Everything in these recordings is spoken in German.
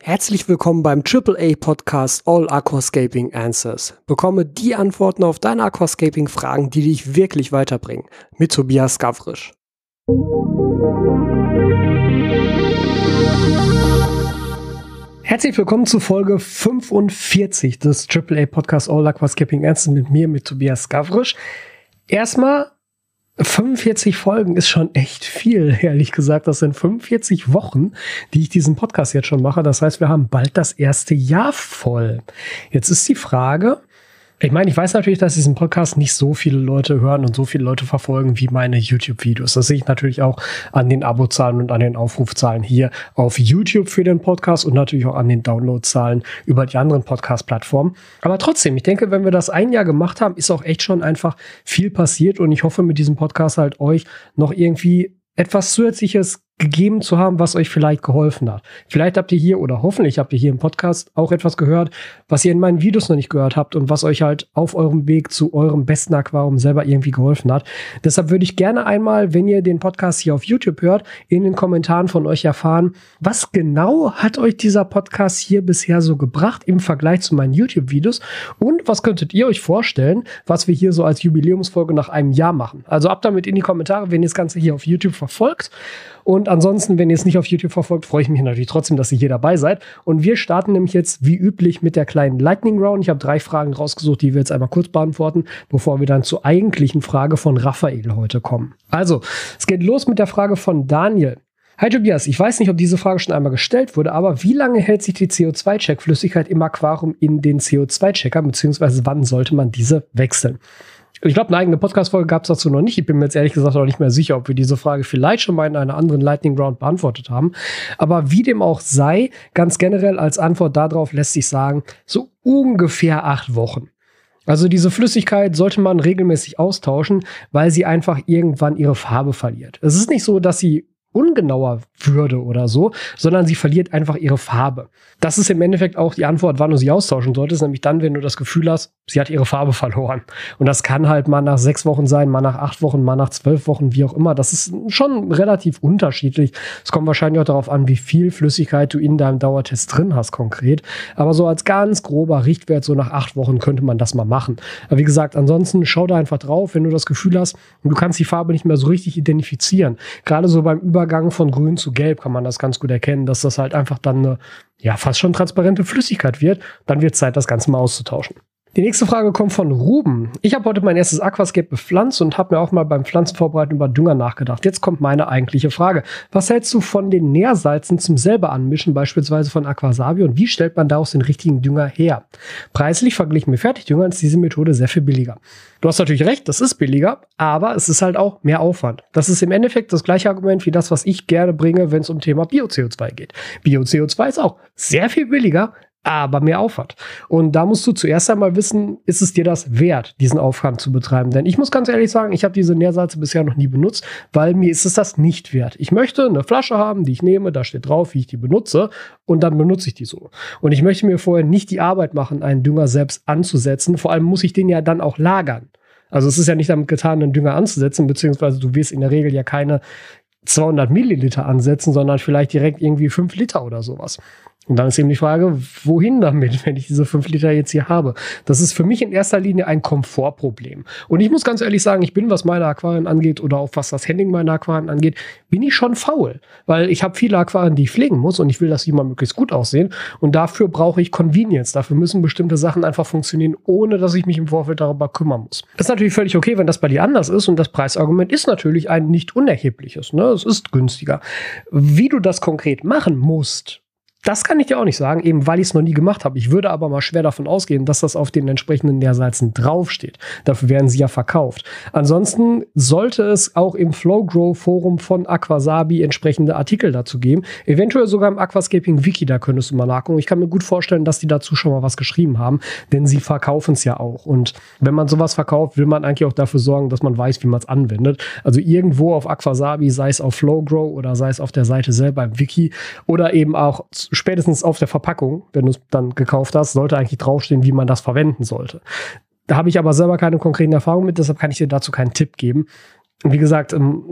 Herzlich willkommen beim AAA-Podcast All Aquascaping Answers. Bekomme die Antworten auf deine Aquascaping-Fragen, die dich wirklich weiterbringen. Mit Tobias Gavrisch. Herzlich willkommen zu Folge 45 des AAA-Podcasts All Aquascaping Answers mit mir, mit Tobias Gavrisch. Erstmal, 45 Folgen ist schon echt viel, ehrlich gesagt. Das sind 45 Wochen, die ich diesen Podcast jetzt schon mache. Das heißt, wir haben bald das erste Jahr voll. Jetzt ist die Frage, ich meine, ich weiß natürlich, dass diesen Podcast nicht so viele Leute hören und so viele Leute verfolgen wie meine YouTube-Videos. Das sehe ich natürlich auch an den Abozahlen und an den Aufrufzahlen hier auf YouTube für den Podcast und natürlich auch an den Downloadzahlen über die anderen Podcast-Plattformen. Aber trotzdem, ich denke, wenn wir das ein Jahr gemacht haben, ist auch echt schon einfach viel passiert und ich hoffe, mit diesem Podcast halt euch noch irgendwie etwas Zusätzliches gegeben zu haben, was euch vielleicht geholfen hat. Vielleicht habt ihr hier oder hoffentlich habt ihr hier im Podcast auch etwas gehört, was ihr in meinen Videos noch nicht gehört habt und was euch halt auf eurem Weg zu eurem besten Aquarium selber irgendwie geholfen hat. Deshalb würde ich gerne einmal, wenn ihr den Podcast hier auf YouTube hört, in den Kommentaren von euch erfahren, was genau hat euch dieser Podcast hier bisher so gebracht im Vergleich zu meinen YouTube-Videos und was könntet ihr euch vorstellen, was wir hier so als Jubiläumsfolge nach einem Jahr machen. Also ab damit in die Kommentare, wenn ihr das Ganze hier auf YouTube verfolgt. Und ansonsten, wenn ihr es nicht auf YouTube verfolgt, freue ich mich natürlich trotzdem, dass ihr hier dabei seid. Und wir starten nämlich jetzt wie üblich mit der kleinen Lightning Round. Ich habe 3 Fragen rausgesucht, die wir jetzt einmal kurz beantworten, bevor wir dann zur eigentlichen Frage von Raphael heute kommen. Also, es geht los mit der Frage von Daniel. Hi Tobias, ich weiß nicht, ob diese Frage schon einmal gestellt wurde, aber wie lange hält sich die CO2-Check-Flüssigkeit im Aquarium in den CO2-Checker, beziehungsweise wann sollte man diese wechseln? Ich glaube, eine eigene Podcast-Folge gab es dazu noch nicht. Ich bin mir jetzt ehrlich gesagt auch nicht mehr sicher, ob wir diese Frage vielleicht schon mal in einer anderen Lightning Round beantwortet haben. Aber wie dem auch sei, ganz generell als Antwort darauf lässt sich sagen, so ungefähr 8 Wochen. Also diese Flüssigkeit sollte man regelmäßig austauschen, weil sie einfach irgendwann ihre Farbe verliert. Es ist nicht so, dass sie ungenauer würde oder so, sondern sie verliert einfach ihre Farbe. Das ist im Endeffekt auch die Antwort, wann du sie austauschen solltest, nämlich dann, wenn du das Gefühl hast, sie hat ihre Farbe verloren. Und das kann halt mal nach 6 Wochen sein, mal nach 8 Wochen, mal nach 12 Wochen, wie auch immer. Das ist schon relativ unterschiedlich. Es kommt wahrscheinlich auch darauf an, wie viel Flüssigkeit du in deinem Dauertest drin hast konkret. Aber so als ganz grober Richtwert, so nach 8 Wochen könnte man das mal machen. Aber wie gesagt, ansonsten schau da einfach drauf, wenn du das Gefühl hast, du kannst die Farbe nicht mehr so richtig identifizieren. Gerade so beim Übergang von grün zu gelb kann man das ganz gut erkennen, dass das halt einfach dann eine, ja, fast schon transparente Flüssigkeit wird. Dann wird es Zeit, das Ganze mal auszutauschen. Die nächste Frage kommt von Ruben. Ich habe heute mein erstes Aquascape bepflanzt und habe mir auch mal beim Pflanzenvorbereiten über Dünger nachgedacht. Jetzt kommt meine eigentliche Frage. Was hältst du von den Nährsalzen zum selber anmischen, beispielsweise von Aquasabi, und wie stellt man daraus den richtigen Dünger her? Preislich verglichen mit Fertigdüngern ist diese Methode sehr viel billiger. Du hast natürlich recht, das ist billiger, aber es ist halt auch mehr Aufwand. Das ist im Endeffekt das gleiche Argument wie das, was ich gerne bringe, wenn es um Thema Bio-CO2 geht. Bio-CO2 ist auch sehr viel billiger, aber mehr Aufwand. Und da musst du zuerst einmal wissen, ist es dir das wert, diesen Aufwand zu betreiben? Denn ich muss ganz ehrlich sagen, ich habe diese Nährsalze bisher noch nie benutzt, weil mir ist es das nicht wert. Ich möchte eine Flasche haben, die ich nehme, da steht drauf, wie ich die benutze, und dann benutze ich die so. Und ich möchte mir vorher nicht die Arbeit machen, einen Dünger selbst anzusetzen. Vor allem muss ich den ja dann auch lagern. Also es ist ja nicht damit getan, einen Dünger anzusetzen, beziehungsweise du wirst in der Regel ja keine 200 Milliliter ansetzen, sondern vielleicht direkt irgendwie 5 Liter oder sowas. Und dann ist eben die Frage, wohin damit, wenn ich diese 5 Liter jetzt hier habe? Das ist für mich in erster Linie ein Komfortproblem. Und ich muss ganz ehrlich sagen, ich bin, was meine Aquarien angeht oder auch was das Handling meiner Aquarien angeht, bin ich schon faul. Weil ich habe viele Aquarien, die ich pflegen muss und ich will, dass sie mal möglichst gut aussehen. Und dafür brauche ich Convenience. Dafür müssen bestimmte Sachen einfach funktionieren, ohne dass ich mich im Vorfeld darüber kümmern muss. Das ist natürlich völlig okay, wenn das bei dir anders ist. Und das Preisargument ist natürlich ein nicht unerhebliches. Ne? Es ist günstiger. Wie du das konkret machen musst, das kann ich dir auch nicht sagen, eben weil ich es noch nie gemacht habe. Ich würde aber mal schwer davon ausgehen, dass das auf den entsprechenden Nährsalzen draufsteht. Dafür werden sie ja verkauft. Ansonsten sollte es auch im Flowgrow Forum von Aquasabi entsprechende Artikel dazu geben. Eventuell sogar im Aquascaping Wiki, da könntest du mal nachgucken. Ich kann mir gut vorstellen, dass die dazu schon mal was geschrieben haben, denn sie verkaufen es ja auch. Und wenn man sowas verkauft, will man eigentlich auch dafür sorgen, dass man weiß, wie man es anwendet. Also irgendwo auf Aquasabi, sei es auf Flowgrow oder sei es auf der Seite selber im Wiki oder eben auch spätestens auf der Verpackung, wenn du es dann gekauft hast, sollte eigentlich draufstehen, wie man das verwenden sollte. Da habe ich aber selber keine konkreten Erfahrungen mit, deshalb kann ich dir dazu keinen Tipp geben. Wie gesagt,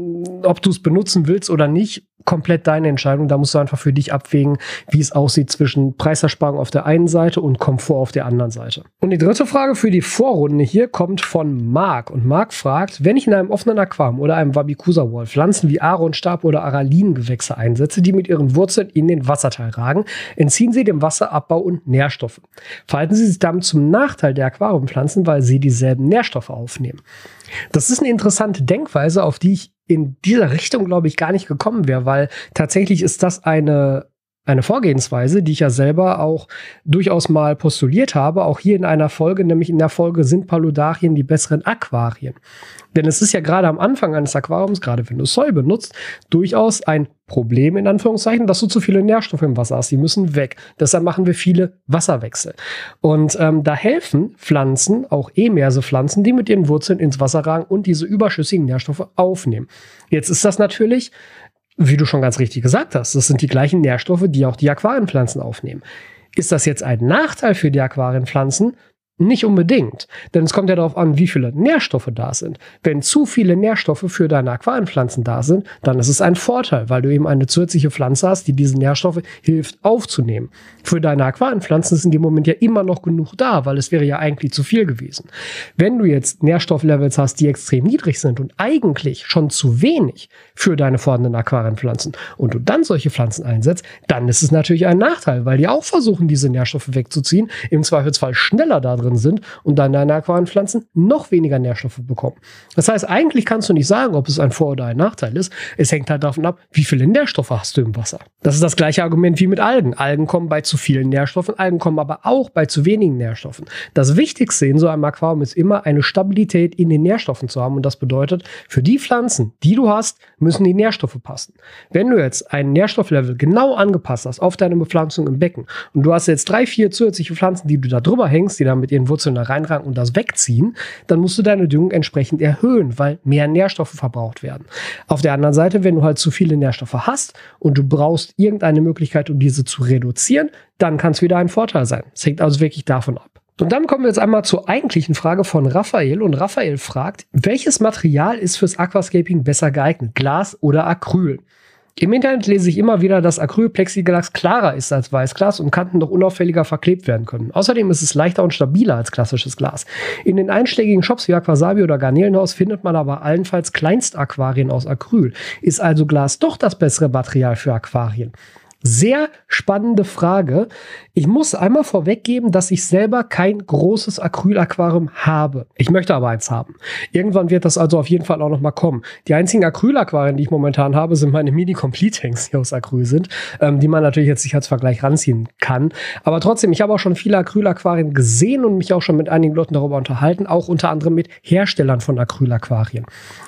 ob du es benutzen willst oder nicht, komplett deine Entscheidung. Da musst du einfach für dich abwägen, wie es aussieht zwischen Preisersparung auf der einen Seite und Komfort auf der anderen Seite. Und die dritte Frage für die Vorrunde hier kommt von Marc. Und Marc fragt, wenn ich in einem offenen Aquarium oder einem Wabikusa-Wall Pflanzen wie Aaronstab oder Aralin-Gewächse einsetze, die mit ihren Wurzeln in den Wasserteil ragen, entziehen sie dem Wasser Abbau und Nährstoffe. Verhalten sie sich damit zum Nachteil der Aquariumpflanzen, weil sie dieselben Nährstoffe aufnehmen. Das ist eine interessante Denkweise, auf die ich in dieser Richtung, glaube ich, gar nicht gekommen wäre, weil tatsächlich ist das eine Vorgehensweise, die ich ja selber auch durchaus mal postuliert habe, auch hier in einer Folge, nämlich in der Folge Sind Paludarien die besseren Aquarien? Denn es ist ja gerade am Anfang eines Aquariums, gerade wenn du Soy benutzt, durchaus ein Problem, in Anführungszeichen, dass du zu viele Nährstoffe im Wasser hast. Die müssen weg. Deshalb machen wir viele Wasserwechsel. Und da helfen Pflanzen, auch Emerse-Pflanzen, die mit ihren Wurzeln ins Wasser ragen und diese überschüssigen Nährstoffe aufnehmen. Jetzt ist das natürlich, wie du schon ganz richtig gesagt hast, das sind die gleichen Nährstoffe, die auch die Aquarienpflanzen aufnehmen. Ist das jetzt ein Nachteil für die Aquarienpflanzen? Nicht unbedingt, denn es kommt ja darauf an, wie viele Nährstoffe da sind. Wenn zu viele Nährstoffe für deine Aquarienpflanzen da sind, dann ist es ein Vorteil, weil du eben eine zusätzliche Pflanze hast, die diese Nährstoffe hilft aufzunehmen. Für deine Aquarienpflanzen ist in dem Moment ja immer noch genug da, weil es wäre ja eigentlich zu viel gewesen. Wenn du jetzt Nährstofflevels hast, die extrem niedrig sind und eigentlich schon zu wenig für deine vorhandenen Aquarienpflanzen und du dann solche Pflanzen einsetzt, dann ist es natürlich ein Nachteil, weil die auch versuchen, diese Nährstoffe wegzuziehen, im Zweifelsfall schneller da drin sind und dann deine Aquarienpflanzen noch weniger Nährstoffe bekommen. Das heißt, eigentlich kannst du nicht sagen, ob es ein Vor- oder ein Nachteil ist. Es hängt halt davon ab, wie viele Nährstoffe hast du im Wasser. Das ist das gleiche Argument wie mit Algen. Algen kommen bei zu vielen Nährstoffen, Algen kommen aber auch bei zu wenigen Nährstoffen. Das Wichtigste in so einem Aquarium ist immer, eine Stabilität in den Nährstoffen zu haben. Und das bedeutet, für die Pflanzen, die du hast, müssen die Nährstoffe passen. Wenn du jetzt ein Nährstofflevel genau angepasst hast auf deine Bepflanzung im Becken und du hast jetzt 3, 4 zusätzliche Pflanzen, die du da drüber hängst, die dann mit ihren Wurzeln da reinragen und das wegziehen, dann musst du deine Düngung entsprechend erhöhen, weil mehr Nährstoffe verbraucht werden. Auf der anderen Seite, wenn du halt zu viele Nährstoffe hast und du brauchst irgendeine Möglichkeit, um diese zu reduzieren, dann kann es wieder ein Vorteil sein. Es hängt also wirklich davon ab. Und dann kommen wir jetzt einmal zur eigentlichen Frage von Raphael. Und Raphael fragt, welches Material ist fürs Aquascaping besser geeignet? Glas oder Acryl? Im Internet lese ich immer wieder, dass Acrylplexiglas klarer ist als Weißglas und Kanten noch unauffälliger verklebt werden können. Außerdem ist es leichter und stabiler als klassisches Glas. In den einschlägigen Shops wie Aquasabi oder Garnelenhaus findet man aber allenfalls Kleinstaquarien aus Acryl. Ist also Glas doch das bessere Material für Aquarien? Sehr spannende Frage. Ich muss einmal vorweggeben, dass ich selber kein großes Acrylaquarium habe. Ich möchte aber eins haben. Irgendwann wird das also auf jeden Fall auch noch mal kommen. Die einzigen Acrylaquarien, die ich momentan habe, sind meine Mini-Complete-Tanks, die aus Acryl sind, die man natürlich jetzt nicht als Vergleich ranziehen kann. Aber trotzdem, ich habe auch schon viele Acrylaquarien gesehen und mich auch schon mit einigen Leuten darüber unterhalten, auch unter anderem mit Herstellern von Acrylaquarien.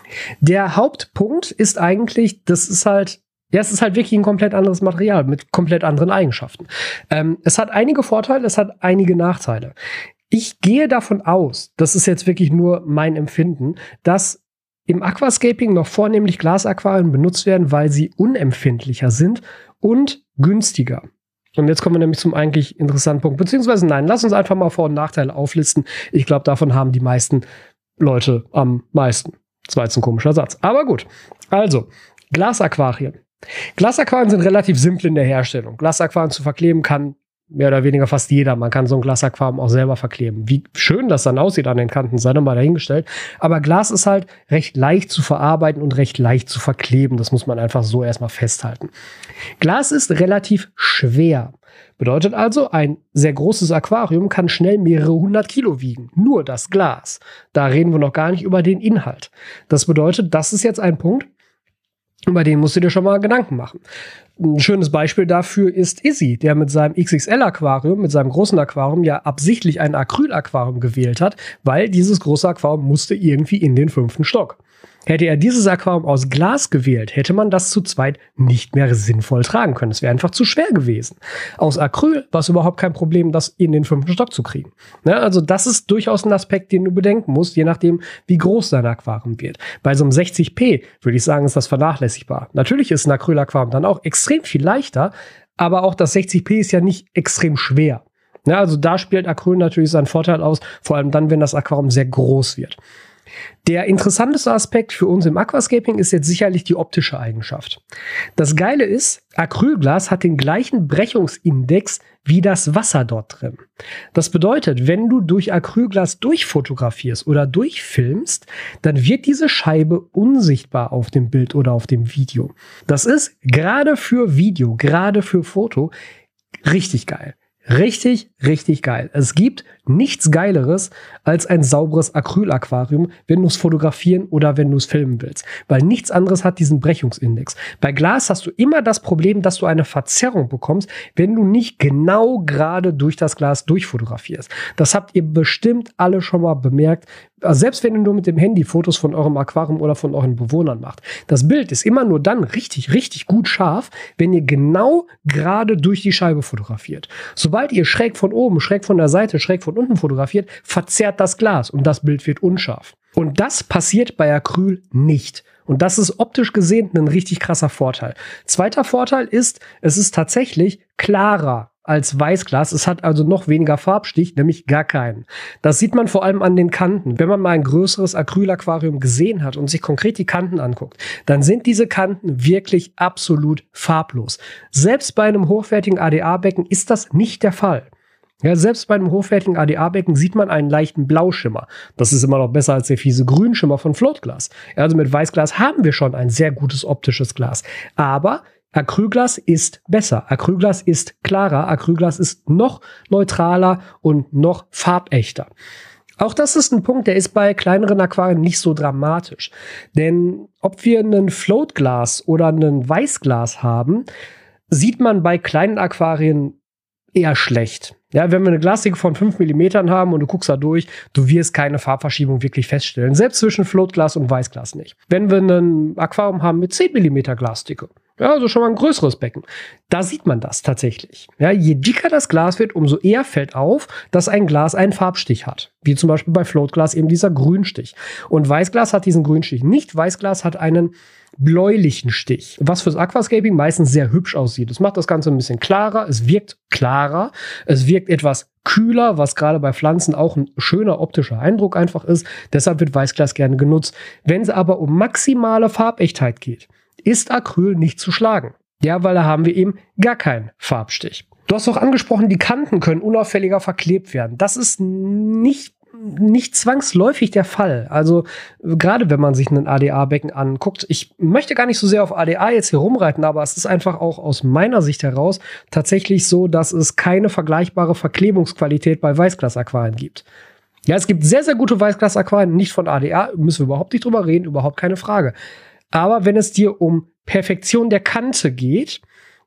Der Hauptpunkt ist eigentlich, es ist halt wirklich ein komplett anderes Material mit komplett anderen Eigenschaften. Es hat einige Vorteile, es hat einige Nachteile. Ich gehe davon aus, das ist jetzt wirklich nur mein Empfinden, dass im Aquascaping noch vornehmlich Glasaquarien benutzt werden, weil sie unempfindlicher sind und günstiger. Und jetzt kommen wir nämlich zum eigentlich interessanten Punkt. Beziehungsweise nein, lass uns einfach mal Vor- und Nachteile auflisten. Ich glaube, davon haben die meisten Leute am meisten. Das war jetzt ein komischer Satz. Aber gut. Also, Glasaquarien. Glasaquarien sind relativ simpel in der Herstellung. Glasaquarien zu verkleben kann mehr oder weniger fast jeder. Man kann so ein Glasaquarium auch selber verkleben. Wie schön das dann aussieht an den Kanten, sei doch mal dahingestellt. Aber Glas ist halt recht leicht zu verarbeiten und recht leicht zu verkleben. Das muss man einfach so erstmal festhalten. Glas ist relativ schwer. Bedeutet also, ein sehr großes Aquarium kann schnell mehrere 100 Kilo wiegen. Nur das Glas. Da reden wir noch gar nicht über den Inhalt. Das bedeutet, das ist jetzt ein Punkt, über den musst du dir schon mal Gedanken machen. Ein schönes Beispiel dafür ist Izzy, der mit seinem XXL-Aquarium, mit seinem großen Aquarium ja absichtlich ein Acryl-Aquarium gewählt hat, weil dieses große Aquarium musste irgendwie in den 5. Stock. Hätte er dieses Aquarium aus Glas gewählt, hätte man das zu zweit nicht mehr sinnvoll tragen können. Es wäre einfach zu schwer gewesen. Aus Acryl war es überhaupt kein Problem, das in den 5. Stock zu kriegen. Ja, also das ist durchaus ein Aspekt, den du bedenken musst, je nachdem, wie groß dein Aquarium wird. Bei so einem 60p würde ich sagen, ist das vernachlässigbar. Natürlich ist ein Acrylaquarium dann auch extrem viel leichter, aber auch das 60p ist ja nicht extrem schwer. Ja, also da spielt Acryl natürlich seinen Vorteil aus, vor allem dann, wenn das Aquarium sehr groß wird. Der interessanteste Aspekt für uns im Aquascaping ist jetzt sicherlich die optische Eigenschaft. Das Geile ist, Acrylglas hat den gleichen Brechungsindex wie das Wasser dort drin. Das bedeutet, wenn du durch Acrylglas durchfotografierst oder durchfilmst, dann wird diese Scheibe unsichtbar auf dem Bild oder auf dem Video. Das ist gerade für Video, gerade für Foto richtig geil. Richtig, richtig geil. Es gibt nichts Geileres als ein sauberes Acrylaquarium, wenn du es fotografieren oder wenn du es filmen willst. Weil nichts anderes hat diesen Brechungsindex. Bei Glas hast du immer das Problem, dass du eine Verzerrung bekommst, wenn du nicht genau gerade durch das Glas durchfotografierst. Das habt ihr bestimmt alle schon mal bemerkt. Also selbst wenn ihr nur mit dem Handy Fotos von eurem Aquarium oder von euren Bewohnern macht. Das Bild ist immer nur dann richtig, richtig gut scharf, wenn ihr genau gerade durch die Scheibe fotografiert. Sobald ihr schräg von oben, schräg von der Seite, schräg von unten fotografiert, verzerrt das Glas und das Bild wird unscharf. Und das passiert bei Acryl nicht. Und das ist optisch gesehen ein richtig krasser Vorteil. Zweiter Vorteil ist, es ist tatsächlich klarer als Weißglas. Es hat also noch weniger Farbstich, nämlich gar keinen. Das sieht man vor allem an den Kanten. Wenn man mal ein größeres Acrylaquarium gesehen hat und sich konkret die Kanten anguckt, dann sind diese Kanten wirklich absolut farblos. Selbst bei einem hochwertigen ADA-Becken ist das nicht der Fall. Ja, selbst bei einem hochwertigen ADA-Becken sieht man einen leichten Blauschimmer. Das ist immer noch besser als der fiese Grünschimmer von Floatglas. Ja, also mit Weißglas haben wir schon ein sehr gutes optisches Glas. Aber Acrylglas ist besser. Acrylglas ist klarer. Acrylglas ist noch neutraler und noch farbechter. Auch das ist ein Punkt, der ist bei kleineren Aquarien nicht so dramatisch. Denn ob wir einen Floatglas oder einen Weißglas haben, sieht man bei kleinen Aquarien eher schlecht. Ja, wenn wir eine Glasdicke von 5 mm haben und du guckst da durch, du wirst keine Farbverschiebung wirklich feststellen. Selbst zwischen Floatglas und Weißglas nicht. Wenn wir ein Aquarium haben mit 10 mm Glasdicke, ja, also schon mal ein größeres Becken, da sieht man das tatsächlich. Ja, je dicker das Glas wird, umso eher fällt auf, dass ein Glas einen Farbstich hat. Wie zum Beispiel bei Floatglas eben dieser Grünstich. Und Weißglas hat diesen Grünstich nicht. Weißglas hat einen bläulichen Stich, was fürs Aquascaping meistens sehr hübsch aussieht. Es macht das Ganze ein bisschen klarer, es wirkt klarer, es wirkt etwas kühler, was gerade bei Pflanzen auch ein schöner optischer Eindruck einfach ist. Deshalb wird Weißglas gerne genutzt. Wenn es aber um maximale Farbechtheit geht, ist Acryl nicht zu schlagen. Ja, weil da haben wir eben gar keinen Farbstich. Du hast auch angesprochen, die Kanten können unauffälliger verklebt werden. Das ist nicht zwangsläufig der Fall. Also gerade wenn man sich ein ADA-Becken anguckt, ich möchte gar nicht so sehr auf ADA jetzt hier rumreiten, aber es ist einfach auch aus meiner Sicht heraus tatsächlich so, dass es keine vergleichbare Verklebungsqualität bei Weißglas-Aquarien gibt. Ja, es gibt sehr, sehr gute Weißglas-Aquarien, nicht von ADA, müssen wir überhaupt nicht drüber reden, überhaupt keine Frage. Aber wenn es dir um Perfektion der Kante geht,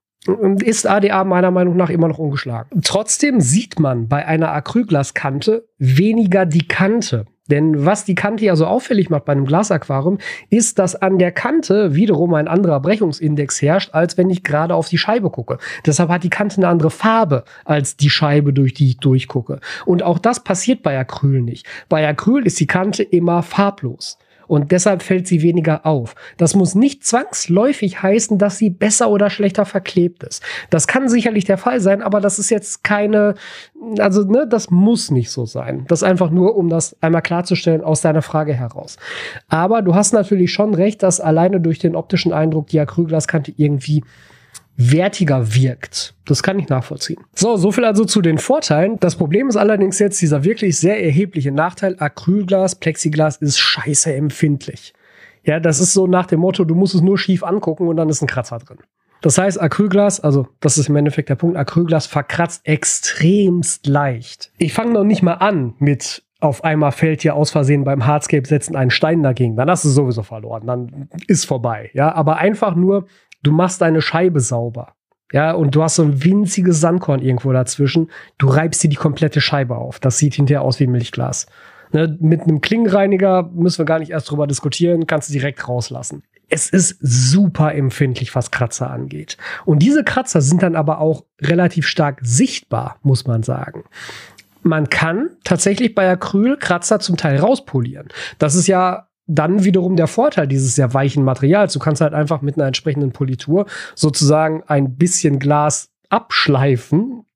ist ADA meiner Meinung nach immer noch ungeschlagen. Trotzdem sieht man bei einer Acrylglaskante weniger die Kante. Denn was die Kante ja so auffällig macht bei einem Glasaquarium, ist, dass an der Kante wiederum ein anderer Brechungsindex herrscht, als wenn ich gerade auf die Scheibe gucke. Deshalb hat die Kante eine andere Farbe als die Scheibe, durch die ich durchgucke. Und auch das passiert bei Acryl nicht. Bei Acryl ist die Kante immer farblos. Und deshalb fällt sie weniger auf. Das muss nicht zwangsläufig heißen, dass sie besser oder schlechter verklebt ist. Das kann sicherlich der Fall sein, aber das ist jetzt keine, also das muss nicht so sein. Das einfach nur, um das einmal klarzustellen aus deiner Frage heraus. Aber du hast natürlich schon recht, dass alleine durch den optischen Eindruck die Acrylglaskante irgendwie wertiger wirkt. Das kann ich nachvollziehen. So viel also zu den Vorteilen. Das Problem ist allerdings jetzt dieser wirklich sehr erhebliche Nachteil. Acrylglas, Plexiglas ist scheiße empfindlich. Ja, das ist so nach dem Motto, du musst es nur schief angucken und dann ist ein Kratzer drin. Das heißt, Acrylglas, also das ist im Endeffekt der Punkt, Acrylglas verkratzt extremst leicht. Ich fange noch nicht mal an mit auf einmal fällt dir aus Versehen beim Hardscape-Setzen ein Stein dagegen. Dann hast du sowieso verloren. Dann ist vorbei. Ja, aber einfach nur, du machst deine Scheibe sauber. Ja, und du hast so ein winziges Sandkorn irgendwo dazwischen. Du reibst dir die komplette Scheibe auf. Das sieht hinterher aus wie Milchglas. Ne, mit einem Klingenreiniger müssen wir gar nicht erst drüber diskutieren, kannst du direkt rauslassen. Es ist super empfindlich, was Kratzer angeht. Und diese Kratzer sind dann aber auch relativ stark sichtbar, muss man sagen. Man kann tatsächlich bei Acryl Kratzer zum Teil rauspolieren. Das ist ja dann wiederum der Vorteil dieses sehr weichen Materials. Du kannst halt einfach mit einer entsprechenden Politur sozusagen ein bisschen Glas abschleifen,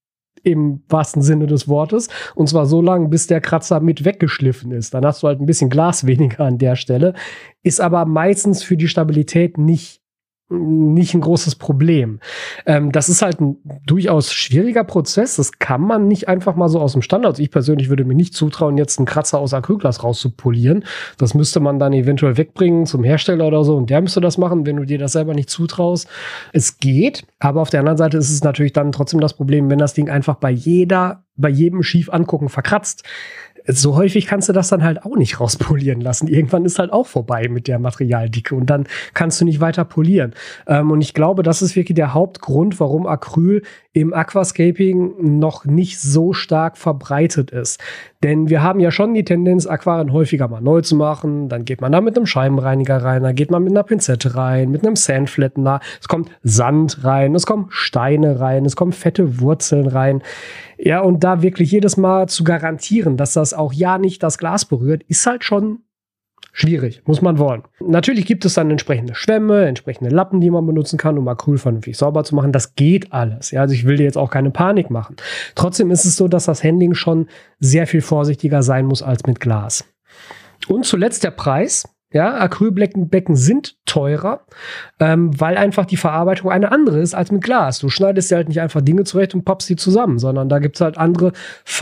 im wahrsten Sinne des Wortes. Und zwar so lange, bis der Kratzer mit weggeschliffen ist. Dann hast du halt ein bisschen Glas weniger an der Stelle. Ist aber meistens für die Stabilität nicht ein großes Problem. Das ist halt ein durchaus schwieriger Prozess. Das kann man nicht einfach mal so aus dem Stand. Also ich persönlich würde mir nicht zutrauen, jetzt einen Kratzer aus Acrylglas rauszupolieren. Das müsste man dann eventuell wegbringen zum Hersteller oder so und der müsste das machen, wenn du dir das selber nicht zutraust. Es geht, aber auf der anderen Seite ist es natürlich dann trotzdem das Problem, wenn das Ding einfach bei jedem schief angucken verkratzt. So häufig kannst du das dann halt auch nicht rauspolieren lassen. Irgendwann ist halt auch vorbei mit der Materialdicke und dann kannst du nicht weiter polieren. Und ich glaube, das ist wirklich der Hauptgrund, warum Acryl im Aquascaping noch nicht so stark verbreitet ist. Denn wir haben ja schon die Tendenz, Aquarien häufiger mal neu zu machen. Dann geht man da mit einem Scheibenreiniger rein, dann geht man mit einer Pinzette rein, mit einem Sandflattener. Es kommt Sand rein, es kommen Steine rein, es kommen fette Wurzeln rein. Ja, und da wirklich jedes Mal zu garantieren, dass das auch ja nicht das Glas berührt, ist halt schon schwierig, muss man wollen. Natürlich gibt es dann entsprechende Schwämme, entsprechende Lappen, die man benutzen kann, um Acryl vernünftig sauber zu machen. Das geht alles. Ja, also ich will dir jetzt auch keine Panik machen. Trotzdem ist es so, dass das Handling schon sehr viel vorsichtiger sein muss als mit Glas. Und zuletzt der Preis. Ja, Acrylbecken sind teurer, weil einfach die Verarbeitung eine andere ist als mit Glas. Du schneidest ja halt nicht einfach Dinge zurecht und pappst sie zusammen, sondern da gibt's halt andere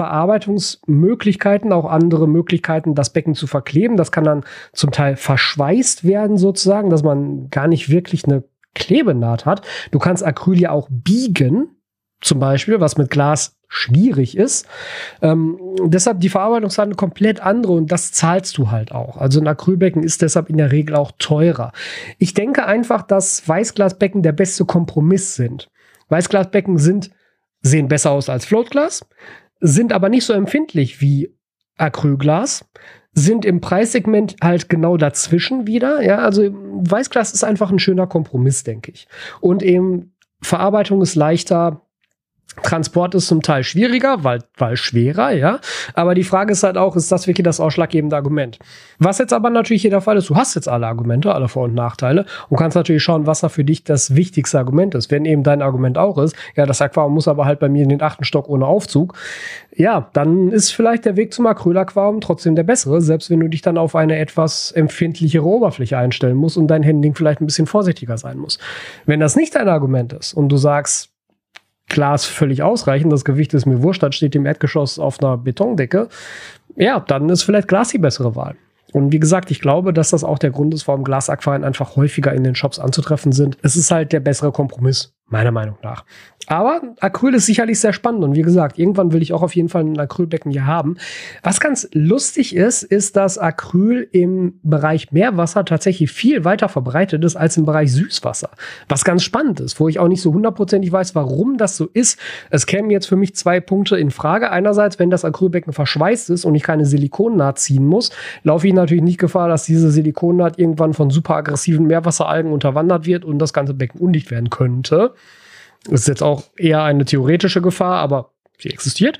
Verarbeitungsmöglichkeiten, auch andere Möglichkeiten, das Becken zu verkleben. Das kann dann zum Teil verschweißt werden sozusagen, dass man gar nicht wirklich eine Klebenaht hat. Du kannst Acryl ja auch biegen, zum Beispiel, was mit Glas schwierig ist. Deshalb die Verarbeitung eine komplett andere und das zahlst du halt auch. Also ein Acrylbecken ist deshalb in der Regel auch teurer. Ich denke einfach, dass Weißglasbecken der beste Kompromiss sind. Weißglasbecken sehen besser aus als Floatglas, sind aber nicht so empfindlich wie Acrylglas, sind im Preissegment halt genau dazwischen wieder. Ja, also Weißglas ist einfach ein schöner Kompromiss, denke ich. Und eben Verarbeitung ist leichter. Transport ist zum Teil schwieriger, weil schwerer, ja. Aber die Frage ist halt auch, ist das wirklich das ausschlaggebende Argument? Was jetzt aber natürlich hier der Fall ist, du hast jetzt alle Argumente, alle Vor- und Nachteile und kannst natürlich schauen, was da für dich das wichtigste Argument ist. Wenn eben dein Argument auch ist, ja, das Aquarium muss aber halt bei mir in den 8. Stock ohne Aufzug, ja, dann ist vielleicht der Weg zum Acrylaquarium trotzdem der bessere, selbst wenn du dich dann auf eine etwas empfindlichere Oberfläche einstellen musst und dein Handling vielleicht ein bisschen vorsichtiger sein muss. Wenn das nicht dein Argument ist und du sagst, Glas völlig ausreichend, das Gewicht ist mir wurscht, dann steht im Erdgeschoss auf einer Betondecke, ja, dann ist vielleicht Glas die bessere Wahl. Und wie gesagt, ich glaube, dass das auch der Grund ist, warum Glasaquarien einfach häufiger in den Shops anzutreffen sind. Es ist halt der bessere Kompromiss, meiner Meinung nach. Aber Acryl ist sicherlich sehr spannend und wie gesagt, irgendwann will ich auch auf jeden Fall ein Acrylbecken hier haben. Was ganz lustig ist, dass Acryl im Bereich Meerwasser tatsächlich viel weiter verbreitet ist als im Bereich Süßwasser. Was ganz spannend ist, wo ich auch nicht so hundertprozentig weiß, warum das so ist. Es kämen jetzt für mich 2 Punkte in Frage. Einerseits, wenn das Acrylbecken verschweißt ist und ich keine Silikonnaht ziehen muss, laufe ich natürlich nicht Gefahr, dass diese Silikonnaht irgendwann von super aggressiven Meerwasseralgen unterwandert wird und das ganze Becken undicht werden könnte. Das ist jetzt auch eher eine theoretische Gefahr, aber sie existiert.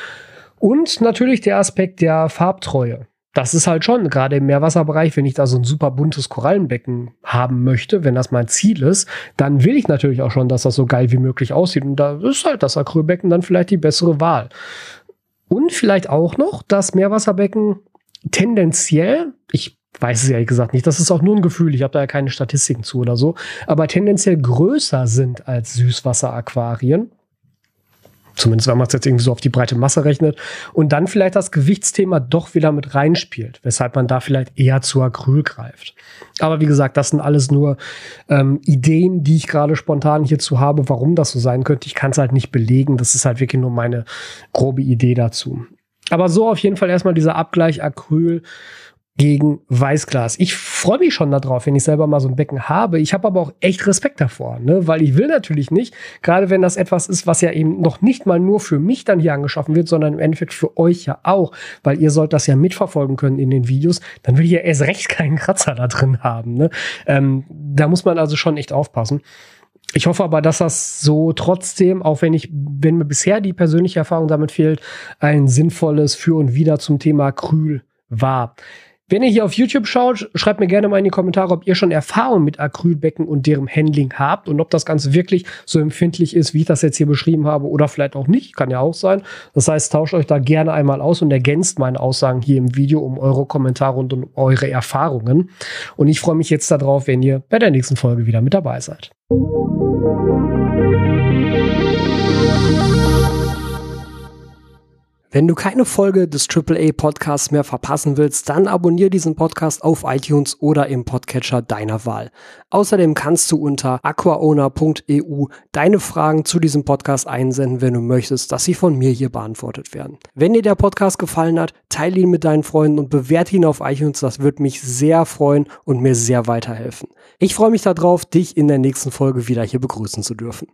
Und natürlich der Aspekt der Farbtreue. Das ist halt schon, gerade im Meerwasserbereich, wenn ich da so ein super buntes Korallenbecken haben möchte, wenn das mein Ziel ist, dann will ich natürlich auch schon, dass das so geil wie möglich aussieht. Und da ist halt das Acrylbecken dann vielleicht die bessere Wahl. Und vielleicht auch noch, dass Meerwasserbecken tendenziell, ich weiß es ehrlich gesagt nicht, das ist auch nur ein Gefühl, ich habe da ja keine Statistiken zu oder so, aber tendenziell größer sind als Süßwasseraquarien. Zumindest, wenn man es jetzt irgendwie so auf die breite Masse rechnet. Und dann vielleicht das Gewichtsthema doch wieder mit reinspielt, weshalb man da vielleicht eher zu Acryl greift. Aber wie gesagt, das sind alles nur Ideen, die ich gerade spontan hierzu habe, warum das so sein könnte. Ich kann es halt nicht belegen. Das ist halt wirklich nur meine grobe Idee dazu. Aber so auf jeden Fall erstmal dieser Abgleich Acryl gegen Weißglas. Ich freue mich schon darauf, wenn ich selber mal so ein Becken habe. Ich habe aber auch echt Respekt davor, ne? Weil ich will natürlich nicht, gerade wenn das etwas ist, was ja eben noch nicht mal nur für mich dann hier angeschaffen wird, sondern im Endeffekt für euch ja auch, weil ihr sollt das ja mitverfolgen können in den Videos, dann will ich ja erst recht keinen Kratzer da drin haben, ne? Da muss man also schon echt aufpassen. Ich hoffe aber, dass das so trotzdem, auch wenn mir bisher die persönliche Erfahrung damit fehlt, ein sinnvolles Für und Wider zum Thema Acryl war. Wenn ihr hier auf YouTube schaut, schreibt mir gerne mal in die Kommentare, ob ihr schon Erfahrung mit Acrylbecken und deren Handling habt und ob das Ganze wirklich so empfindlich ist, wie ich das jetzt hier beschrieben habe oder vielleicht auch nicht. Kann ja auch sein. Das heißt, tauscht euch da gerne einmal aus und ergänzt meine Aussagen hier im Video um eure Kommentare und um eure Erfahrungen. Und ich freue mich jetzt darauf, wenn ihr bei der nächsten Folge wieder mit dabei seid. Wenn du keine Folge des AAA Podcasts mehr verpassen willst, dann abonniere diesen Podcast auf iTunes oder im Podcatcher deiner Wahl. Außerdem kannst du unter aquaowner.eu deine Fragen zu diesem Podcast einsenden, wenn du möchtest, dass sie von mir hier beantwortet werden. Wenn dir der Podcast gefallen hat, teile ihn mit deinen Freunden und bewerte ihn auf iTunes. Das würde mich sehr freuen und mir sehr weiterhelfen. Ich freue mich darauf, dich in der nächsten Folge wieder hier begrüßen zu dürfen.